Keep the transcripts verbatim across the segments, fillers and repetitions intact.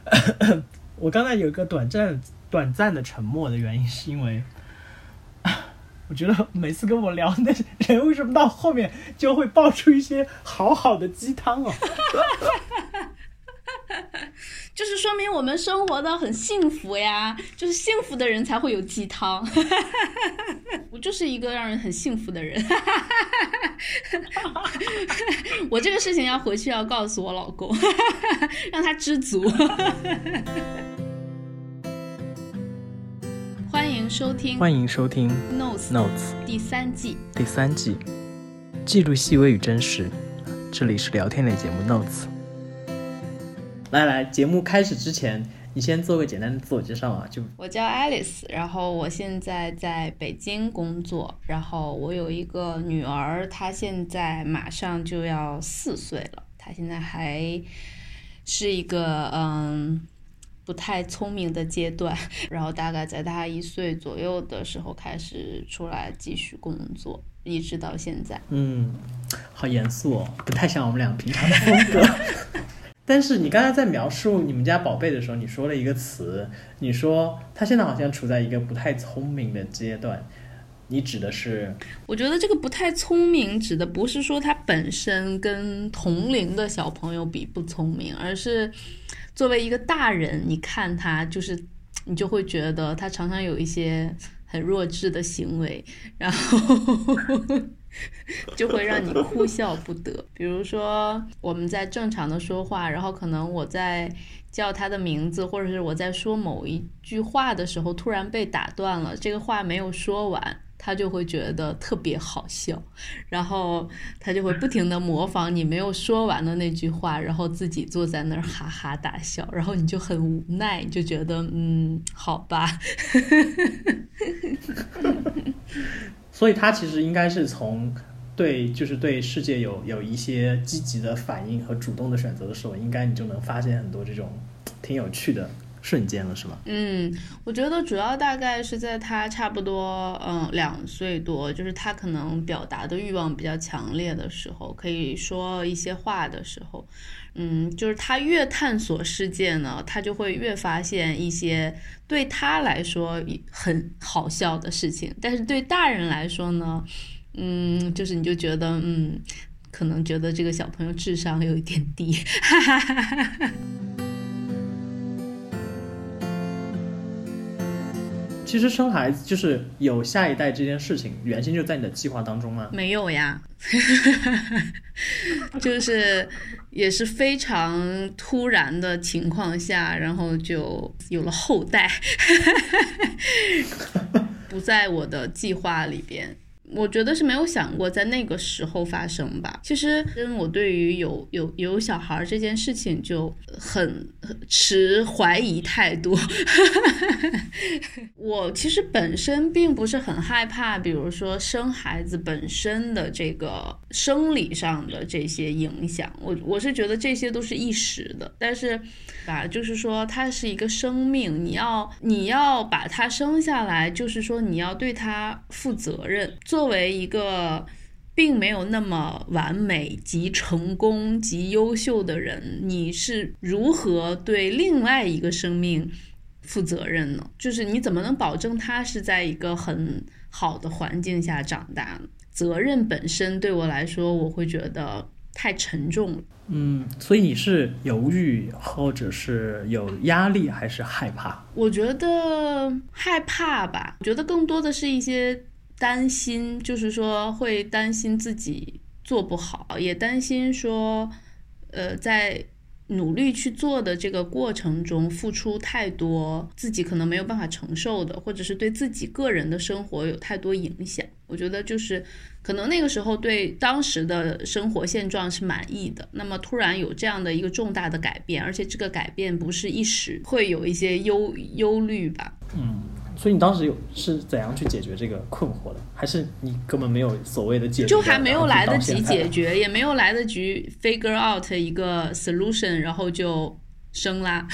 我刚才有一个短暂短暂的沉默的原因，是因为我觉得每次跟我聊那人为什么到后面就会爆出一些好好的鸡汤哦。 就是说明我们生活的很幸福呀，就是幸福的人才会有鸡汤。我就是一个让人很幸福的人。我这个事情要回去要告诉我老公，让他知足。欢迎收听欢迎收听 Notes Notes 第三季第三季，记录细微与真实。这里是聊天类节目 Notes。来来，节目开始之前，你先做个简单的自我介绍啊。就我叫 Alice， 然后我现在在北京工作，然后我有一个女儿，她现在马上就要四岁了，她现在还是一个嗯不太聪明的阶段，然后大概在她一岁左右的时候开始出来继续工作，一直到现在。 嗯，好严肃哦，不太像我们俩平常的风格。但是你刚才在描述你们家宝贝的时候，你说了一个词，你说他现在好像处在一个不太聪明的阶段，你指的是？ 我觉得这个不太聪明指的不是说他本身跟同龄的小朋友比不聪明，而是作为一个大人，你看他就是你就会觉得他常常有一些很弱智的行为，然后就会让你哭笑不得。比如说我们在正常的说话，然后可能我在叫他的名字，或者是我在说某一句话的时候突然被打断了，这个话没有说完，他就会觉得特别好笑，然后他就会不停地模仿你没有说完的那句话，然后自己坐在那儿哈哈大笑，然后你就很无奈，你就觉得嗯好吧。 所以他其实应该是从对就是对世界有有一些积极的反应和主动的选择的时候，应该你就能发现很多这种挺有趣的瞬间了，是吗？ 嗯，我觉得主要大概是在他差不多嗯两岁多，就是他可能表达的欲望比较强烈的时候，可以说一些话的时候，嗯，就是他越探索世界呢，他就会越发现一些对他来说很好笑的事情，但是对大人来说呢，嗯，就是你就觉得嗯，可能觉得这个小朋友智商有一点低。 其实生孩子就是有下一代这件事情，原先就在你的计划当中吗？ 没有呀。就是也是非常突然的情况下，然后就有了后代。不在我的计划里边，我觉得是没有想过在那个时候发生吧。其实我对于有有有小孩这件事情就很持怀疑态度。我其实本身并不是很害怕，比如说生孩子本身的这个生理上的这些影响，我我是觉得这些都是一时的，但是吧，就是说它是一个生命，你要你要把它生下来，就是说你要对它负责任。作为一个并没有那么完美及成功及优秀的人，你是如何对另外一个生命负责任呢？就是你怎么能保证他是在一个很好的环境下长大呢？责任本身对我来说，我会觉得太沉重了。 嗯，所以你是犹豫，或者是有压力，还是害怕？ 我觉得害怕吧，我觉得更多的是一些担心，就是说会担心自己做不好，也担心说呃，在努力去做的这个过程中付出太多自己可能没有办法承受的，或者是对自己个人的生活有太多影响。我觉得就是可能那个时候对当时的生活现状是满意的，那么突然有这样的一个重大的改变，而且这个改变不是一时，会有一些忧忧虑吧。 嗯，所以你当时有是怎样去解决这个困惑的？还是你根本没有所谓的解决？ 就还没有来得及解决，也没有来得及 figure out 一个 solution， 然后就生啦。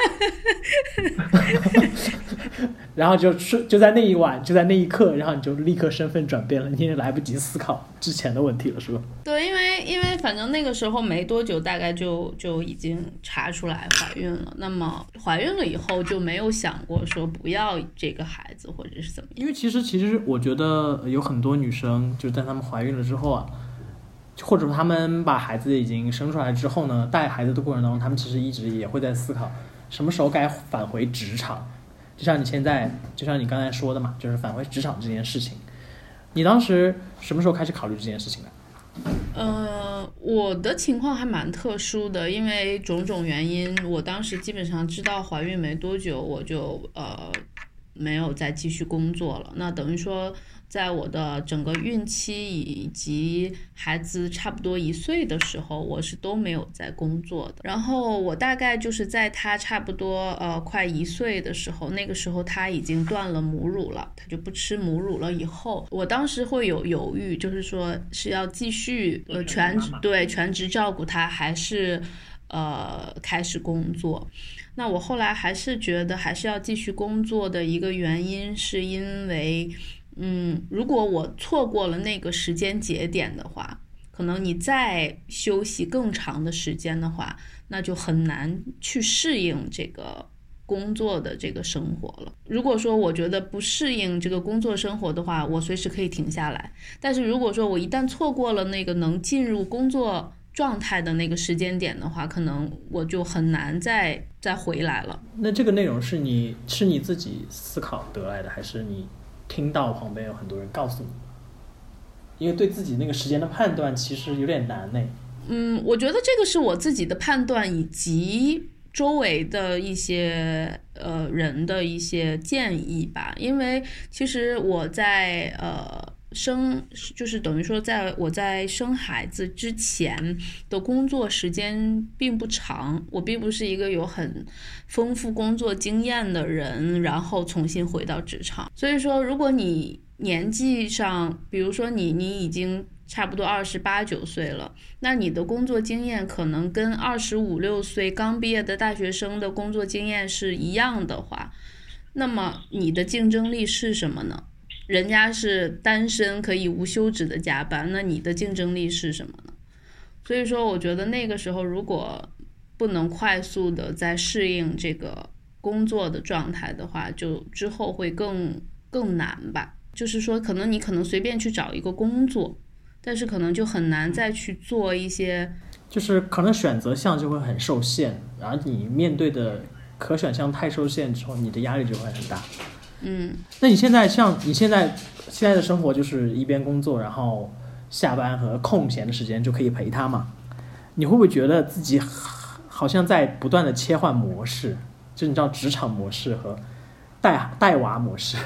然后就就在那一晚，就在那一刻，然后你就立刻身份转变了，你也来不及思考之前的问题了，是吧？ 对，因为因为反正那个时候没多久，大概就就已经查出来怀孕了。那么怀孕了以后就没有想过说不要这个孩子或者是怎么样。 因为其实其实我觉得有很多女生就在她们怀孕了之后啊，或者说她们把孩子已经生出来之后呢，带孩子的过程当中，她们其实一直也会在思考什么时候该返回职场。就像你现在，就像你刚才说的嘛，就是返回职场这件事情，你当时什么时候开始考虑这件事情的？ 呃，我的情况还蛮特殊的，因为种种原因，我当时基本上知道怀孕没多久，我就呃没有再继续工作了。那等于说，在我的整个孕期以及孩子差不多一岁的时候，我是都没有在工作的。然后我大概就是在他差不多呃快一岁的时候，那个时候他已经断了母乳了，他就不吃母乳了。以后我当时会有犹豫，就是说是要继续呃全对全职照顾他，还是呃开始工作。那我后来还是觉得还是要继续工作的一个原因，是因为嗯，如果我错过了那个时间节点的话，可能你再休息更长的时间的话，那就很难去适应这个工作的这个生活了。如果说我觉得不适应这个工作生活的话，我随时可以停下来。但是如果说我一旦错过了那个能进入工作状态的那个时间点的话，可能我就很难再再回来了。 那这个内容是你是你自己思考得来的，还是你听到旁边有很多人告诉你？因为对自己那个时间的判断其实有点难呢。 嗯，我觉得这个是我自己的判断，以及周围的一些呃人的一些建议吧。因为其实我在呃生，就是等于说在我在生孩子之前的工作时间并不长，我并不是一个有很丰富工作经验的人，然后重新回到职场。所以说，如果你年纪上，比如说你你已经差不多二十八九岁了，那你的工作经验可能跟二十五六岁刚毕业的大学生的工作经验是一样的话，那么你的竞争力是什么呢？人家是单身可以无休止的加班，那你的竞争力是什么呢？所以说我觉得那个时候如果不能快速的在适应这个工作的状态的话，就之后会更更难吧。就是说可能你可能随便去找一个工作，但是可能就很难再去做一些， 就是可能选择项就会很受限，然后你面对的可选项太受限之后，你的压力就会很大。 嗯， 那你现在像你现在现在的生活就是一边工作，然后下班和空闲的时间就可以陪他嘛？你会不会觉得自己好像在不断的切换模式，就你知道职场模式和带带娃模式？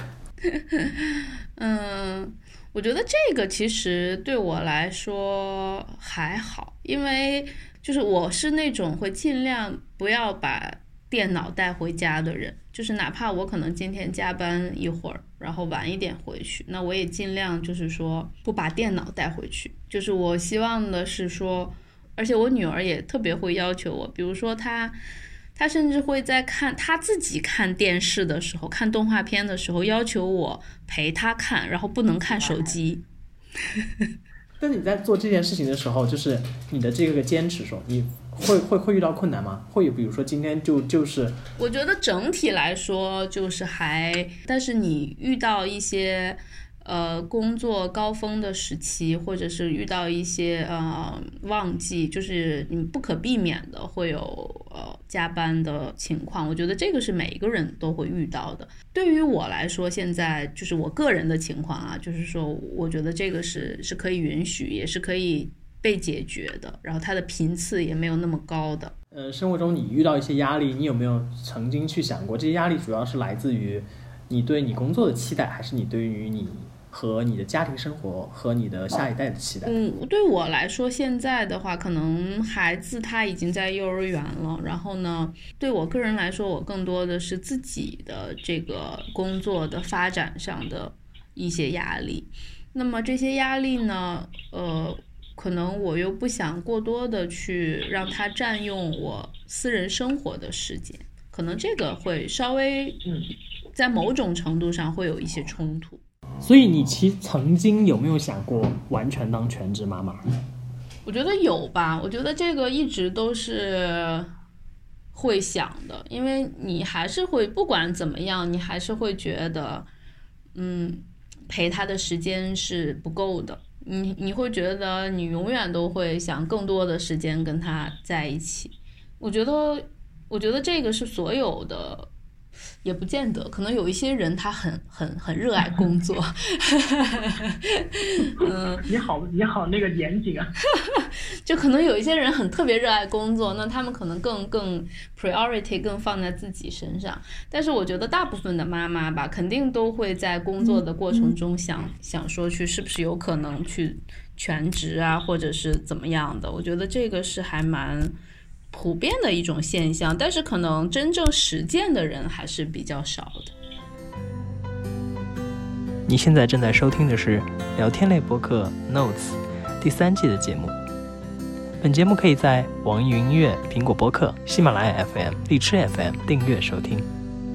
嗯，我觉得这个其实对我来说还好，因为就是我是那种会尽量不要把电脑带回家的人，就是哪怕我可能今天加班一会儿，然后晚一点回去，那我也尽量就是说不把电脑带回去。就是我希望的是说，而且我女儿也特别会要求我，比如说她她甚至会在看她自己看电视的时候，看动画片的时候，要求我陪她看，然后不能看手机。 但你在做这件事情的时候，就是你的这个坚持说，你会会会遇到困难吗？会有，比如说今天就就是我觉得整体来说就是还，但是你遇到一些呃工作高峰的时期，或者是遇到一些呃旺季，就是你不可避免的会有呃加班的情况。我觉得这个是每一个人都会遇到的。对于我来说，现在就是我个人的情况啊，就是说我觉得这个是是可以允许，也是可以被解决的，然后它的频次也没有那么高的。 呃，生活中你遇到一些压力，你有没有曾经去想过，这些压力主要是来自于你对你工作的期待，还是你对于你和你的家庭生活和你的下一代的期待？ 嗯，对我来说，现在的话，可能孩子他已经在幼儿园了，然后呢，对我个人来说，我更多的是自己的这个工作的发展上的一些压力。那么这些压力呢，呃。 可能我又不想过多的去让他占用我私人生活的时间，可能这个会稍微嗯，在某种程度上会有一些冲突。 所以你其实曾经有没有想过完全当全职妈妈？ 我觉得有吧，我觉得这个一直都是会想的，因为你还是会不管怎么样，你还是会觉得嗯，陪他的时间是不够的，你你会觉得你永远都会想更多的时间跟他在一起。我觉得我觉得这个是所有的，也不见得，可能有一些人他很很很热爱工作。 嗯，你好你好那个严谨啊。 就可能有一些人很特别热爱工作，那他们可能更更 priority 更放在自己身上。但是我觉得大部分的妈妈吧，肯定都会在工作的过程中想、嗯、想说去是不是有可能去全职啊，或者是怎么样的。我觉得这个是还蛮普遍的一种现象，但是可能真正实践的人还是比较少的。 你现在正在收听的是聊天类播客 Notes 第三季的节目。本节目可以在网易云音乐、苹果播客、喜马拉雅 F M、荔枝 F M 订阅收听。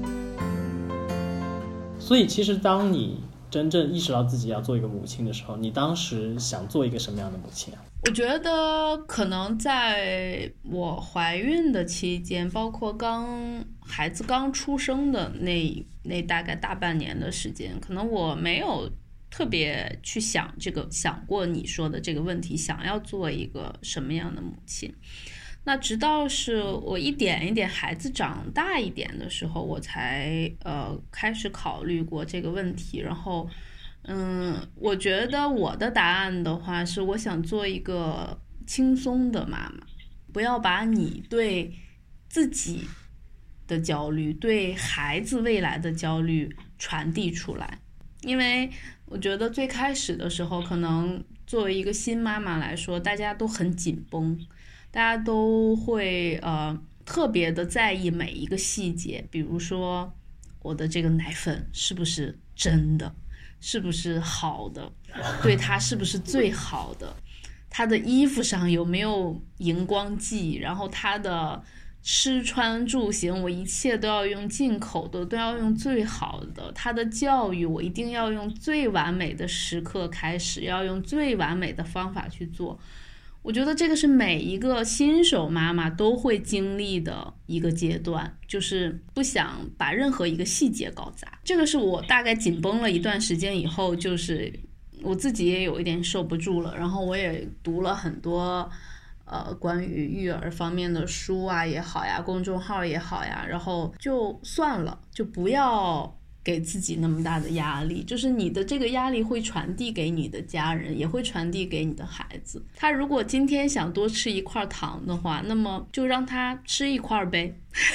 所以其实当你真正意识到自己要做一个母亲的时候，你当时想做一个什么样的母亲啊？ 我觉得可能在我怀孕的期间，包括刚孩子刚出生的那那大概大半年的时间，可能我没有特别去想这个想过你说的这个问题，想要做一个什么样的母亲。那直到是我一点一点孩子长大一点的时候，我才呃开始考虑过这个问题。然后嗯，我觉得我的答案的话是，我想做一个轻松的妈妈，不要把你对自己的焦虑、对孩子未来的焦虑传递出来。因为我觉得最开始的时候，可能作为一个新妈妈来说，大家都很紧绷，大家都会呃特别的在意每一个细节，比如说我的这个奶粉是不是真的，是不是好的，对它是不是最好的，它的衣服上有没有荧光剂，然后它的吃穿住行我一切都要用进口的，都要用最好的，他的教育我一定要用最完美的时刻开始，要用最完美的方法去做。我觉得这个是每一个新手妈妈都会经历的一个阶段，就是不想把任何一个细节搞砸。这个是我大概紧绷了一段时间以后，就是我自己也有一点受不住了，然后我也读了很多呃，关于育儿方面的书啊也好呀，公众号也好呀，然后就算了，就不要给自己那么大的压力，就是你的这个压力会传递给你的家人，也会传递给你的孩子。他如果今天想多吃一块糖的话，那么就让他吃一块呗。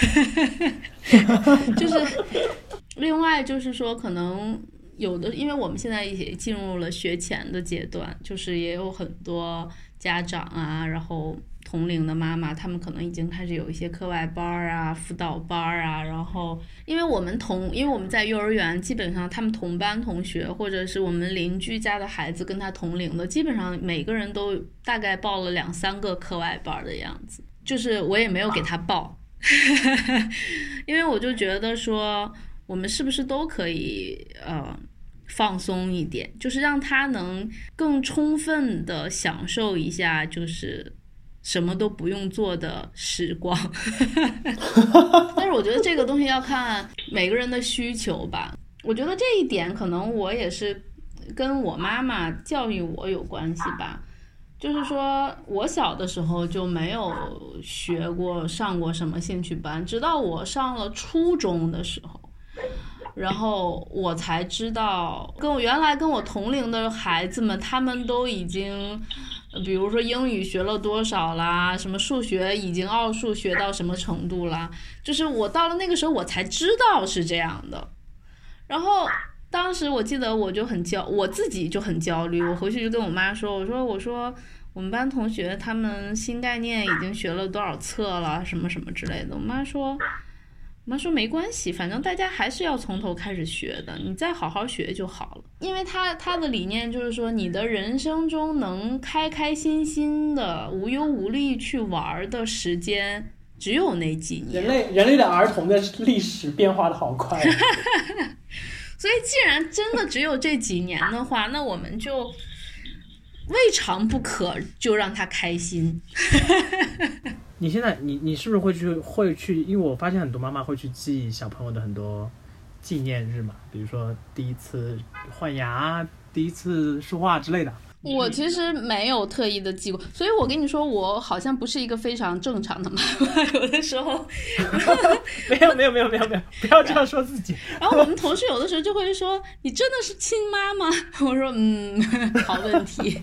就是另外就是说，可能有的，因为我们现在也进入了学前的阶段，就是也有很多家长啊，然后同龄的妈妈，他们可能已经开始有一些课外班啊、辅导班啊，然后因为我们同，因为我们在幼儿园，基本上他们同班同学，或者是我们邻居家的孩子跟他同龄的，基本上每个人都大概报了两三个课外班的样子，就是我也没有给他报，因为我就觉得说，我们是不是都可以呃。放松一点，就是让他能更充分的享受一下就是什么都不用做的时光。但是我觉得这个东西要看每个人的需求吧，我觉得这一点可能我也是跟我妈妈教育我有关系吧，就是说我小的时候就没有学过上过什么兴趣班，直到我上了初中的时候，然后我才知道，跟我原来跟我同龄的孩子们，他们都已经，比如说英语学了多少啦，什么数学已经奥数学到什么程度啦，就是我到了那个时候我才知道是这样的。然后当时我记得我就很焦，我自己就很焦虑，我回去就跟我妈说，我说我说我们班同学他们新概念已经学了多少册了，什么什么之类的。我妈说。我妈说没关系，反正大家还是要从头开始学的，你再好好学就好了。 因为他他的理念就是说，你的人生中能开开心心的、无忧无虑去玩的时间只有那几年。 人类人类的儿童的历史变化的好快。 所以既然真的只有这几年的话，那我们就未尝不可就让他开心。 你现在你你是不是会去会去？因为我发现很多妈妈会去记小朋友的很多纪念日嘛，比如说第一次换牙、第一次说话之类的。 我其实没有特意的记过，所以我跟你说，我好像不是一个非常正常的妈妈，有的时候没有没有没有没有没有，不要这样说自己。 然后我们同事有的时候就会说：“你真的是亲妈吗？”我说：“嗯，好问题。”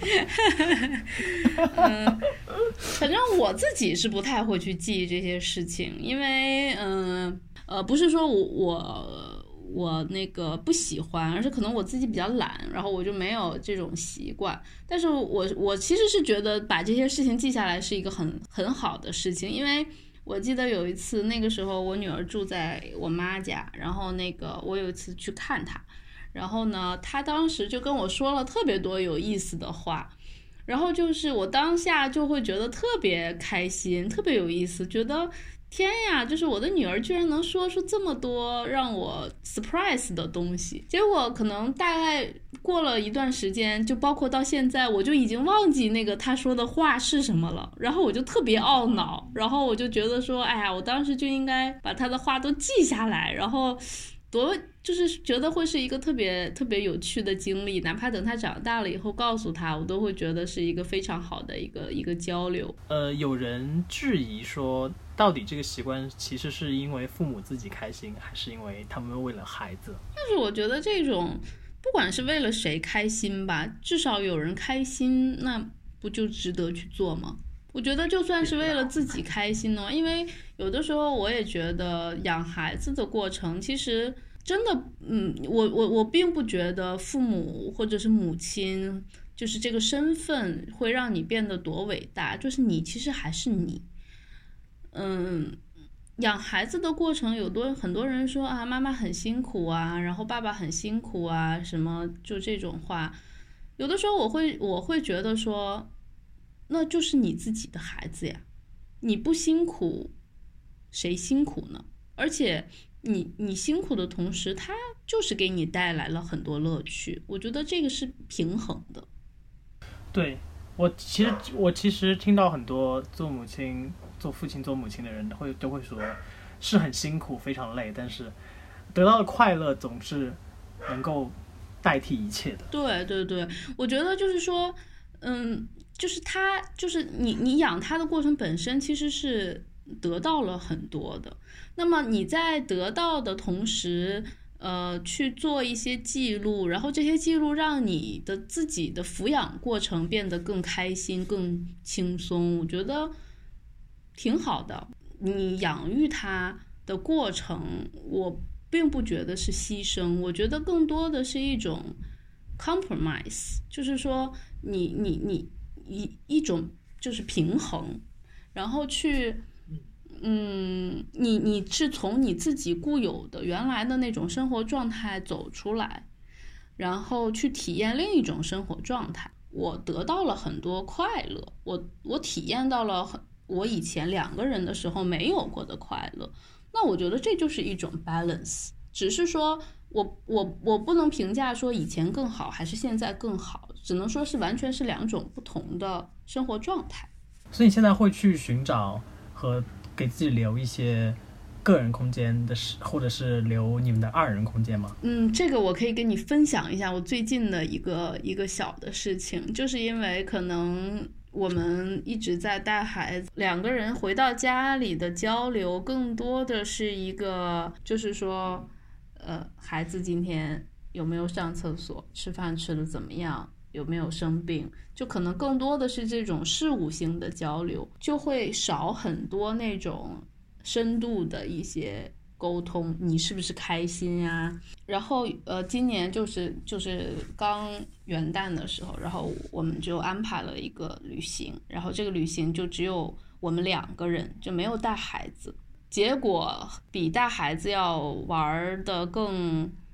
嗯，反正我自己是不太会去记这些事情，因为嗯呃，不是说我我。我那个不喜欢，而是可能我自己比较懒，然后我就没有这种习惯。但是我我其实是觉得把这些事情记下来是一个很很好的事情，因为我记得有一次那个时候我女儿住在我妈家，然后那个我有一次去看她，然后呢她当时就跟我说了特别多有意思的话，然后就是我当下就会觉得特别开心，特别有意思，觉得天呀，就是我的女儿居然能说出这么多让我 surprise 的东西。结果可能大概过了一段时间，就包括到现在，我就已经忘记那个她说的话是什么了，然后我就特别懊恼，然后我就觉得说，哎呀，我当时就应该把她的话都记下来，然后多就是觉得会是一个特别特别有趣的经历，哪怕等他长大了以后告诉他，我都会觉得是一个非常好的一个一个交流。 呃，有人质疑说，到底这个习惯其实是因为父母自己开心，还是因为他们为了孩子？ 但是我觉得这种不管是为了谁开心吧，至少有人开心，那不就值得去做吗？我觉得就算是为了自己开心呢，因为有的时候我也觉得养孩子的过程其实真的，嗯，我我我并不觉得父母或者是母亲就是这个身份会让你变得多伟大，就是你其实还是你。嗯，养孩子的过程有多很多人说啊，妈妈很辛苦啊，然后爸爸很辛苦啊，什么就这种话，有的时候我会我会觉得说，那就是你自己的孩子呀，你不辛苦，谁辛苦呢？而且你你辛苦的同时，他就是给你带来了很多乐趣，我觉得这个是平衡的。 对，我其实我其实听到很多做母亲、做父亲、做母亲的人会都会说，是很辛苦、非常累，但是得到的快乐总是能够代替一切的。 对对对，我觉得就是说，嗯。就是他，就是你，你养他的过程本身其实是得到了很多的。那么你在得到的同时，呃，去做一些记录，然后这些记录让你的自己的抚养过程变得更开心、更轻松，我觉得挺好的。你养育他的过程，我并不觉得是牺牲，我觉得更多的是一种 compromise， 就是说你你你。一一种就是平衡，然后去，嗯，你你是从你自己固有的原来的那种生活状态走出来，然后去体验另一种生活状态。我得到了很多快乐，我我体验到了很我以前两个人的时候没有过的快乐。那我觉得这就是一种 balance， 只是说我我我不能评价说以前更好还是现在更好。只能说是完全是两种不同的生活状态。 所以你现在会去寻找和给自己留一些个人空间的，或者是留你们的二人空间吗？ 嗯，这个我可以跟你分享一下我最近的一个一个小的事情，就是因为可能我们一直在带孩子，两个人回到家里的交流更多的是一个，就是说，呃，孩子今天有没有上厕所，吃饭吃得怎么样，有没有生病，就可能更多的是这种事务性的交流，就会少很多那种深度的一些沟通，你是不是开心呀？然后呃，今年就是就是刚元旦的时候，然后我们就安排了一个旅行，然后这个旅行就只有我们两个人，就没有带孩子，结果比带孩子要玩的更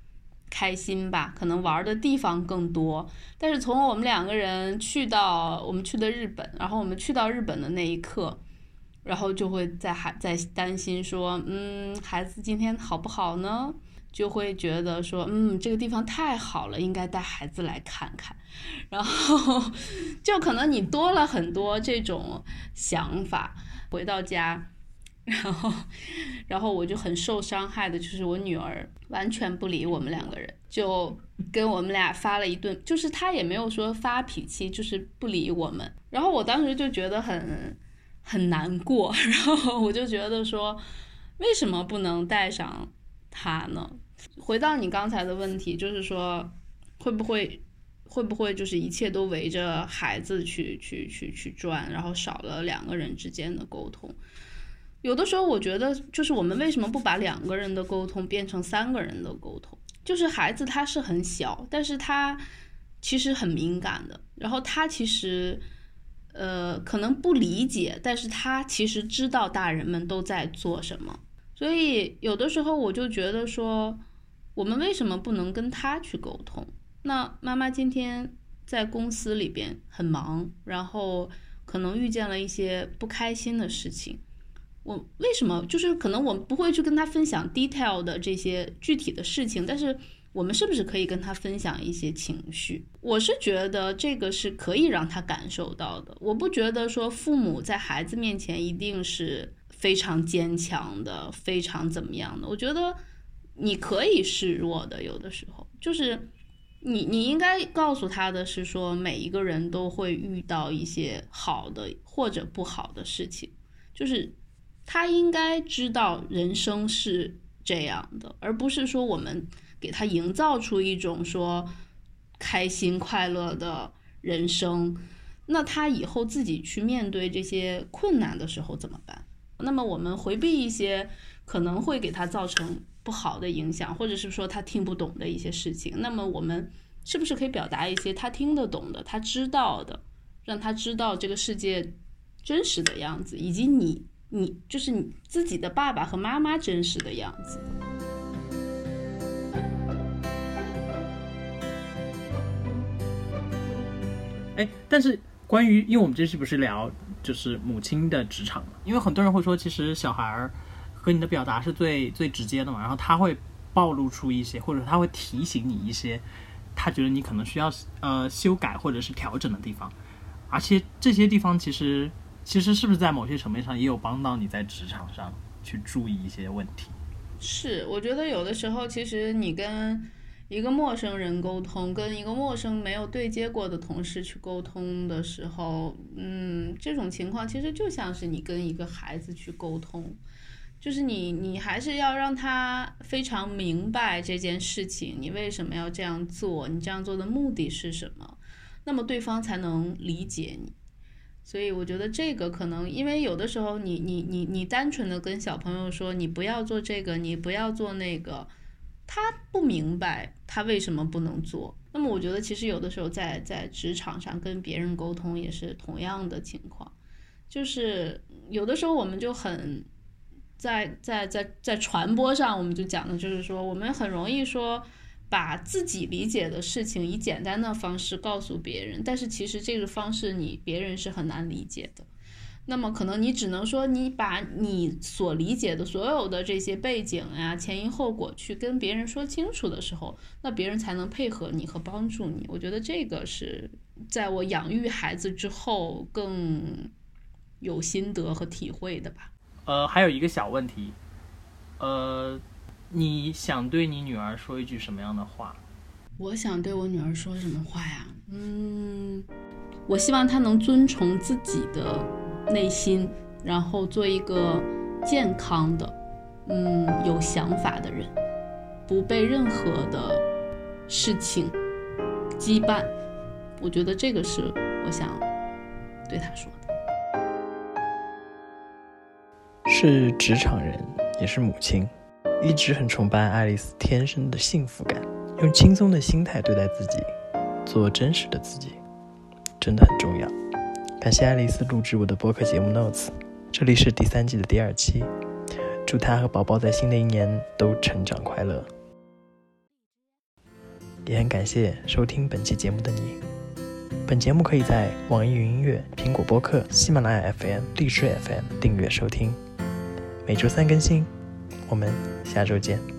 开心吧，可能玩的地方更多。但是从我们两个人去到我们去的日本，然后我们去到日本的那一刻，然后就会在还在担心说，嗯，孩子今天好不好呢？就会觉得说，嗯，这个地方太好了，应该带孩子来看看。然后就可能你多了很多这种想法。回到家，然后然后我就很受伤害的，就是我女儿完全不理我们两个人，就跟我们俩发了一顿，就是她也没有说发脾气，就是不理我们。然后我当时就觉得很很难过，然后我就觉得说，为什么不能带上她呢？回到你刚才的问题，就是说会不会会不会就是一切都围着孩子去去去去转，然后少了两个人之间的沟通。有的时候我觉得就是我们为什么不把两个人的沟通变成三个人的沟通，就是孩子他是很小，但是他其实很敏感的，然后他其实呃可能不理解，但是他其实知道大人们都在做什么。所以有的时候我就觉得说，我们为什么不能跟他去沟通？那妈妈今天在公司里边很忙，然后可能遇见了一些不开心的事情，我为什么就是可能我们不会去跟他分享 detail 的这些具体的事情，但是我们是不是可以跟他分享一些情绪？我是觉得这个是可以让他感受到的。我不觉得说父母在孩子面前一定是非常坚强的，非常怎么样的。我觉得你可以示弱的，有的时候就是你你应该告诉他的是说，每一个人都会遇到一些好的或者不好的事情，就是他应该知道人生是这样的，而不是说我们给他营造出一种说开心快乐的人生，那他以后自己去面对这些困难的时候怎么办？那么我们回避一些可能会给他造成不好的影响，或者是说他听不懂的一些事情，那么我们是不是可以表达一些他听得懂的，他知道的，让他知道这个世界真实的样子，以及你你就是你自己的爸爸和妈妈真实的样子。 哎，但是关于，因为我们这期不是聊就是母亲的职场嘛，因为很多人会说，其实小孩和你的表达是最最直接的嘛，然后他会暴露出一些，或者他会提醒你一些他觉得你可能需要呃修改或者是调整的地方，而且这些地方其实其实是不是在某些层面上也有帮到你在职场上去注意一些问题？ 是，我觉得有的时候其实你跟一个陌生人沟通，跟一个陌生没有对接过的同事去沟通的时候，嗯，这种情况其实就像是你跟一个孩子去沟通，就是你你还是要让他非常明白这件事情，你为什么要这样做，你这样做的目的是什么，那么对方才能理解你。所以我觉得这个可能，因为有的时候你你你你单纯的跟小朋友说你不要做这个，你不要做那个，他不明白他为什么不能做。那么我觉得其实有的时候在在职场上跟别人沟通也是同样的情况，就是有的时候我们就很在在在在传播上，我们就讲的就是说，我们很容易说把自己理解的事情以简单的方式告诉别人，但是其实这个方式你别人是很难理解的。那么可能你只能说你把你所理解的所有的这些背景呀、前因后果去跟别人说清楚的时候，那别人才能配合你和帮助你。我觉得这个是在我养育孩子之后更有心得和体会的吧。 呃，还有一个小问题，呃，你想对你女儿说一句什么样的话？ 我想对我女儿说什么话呀？嗯，我希望她能遵从自己的内心，然后做一个健康的嗯有想法的人，不被任何的事情羁绊。我觉得这个是我想对她说的。 是职场人，也是母亲，一直很崇拜爱丽丝天生的幸福感，用轻松的心态对待自己，做真实的自己，真的很重要。感谢爱丽丝录制我的播客节目 Notes， 这里是第三季的第二期，祝她和宝宝在新的一年都成长快乐。 也很感谢收听本期节目的你。本节目可以在网易云音乐、苹果播客、喜马拉雅 F M、荔枝 F M 订阅收听，每周三更新。我们下周见。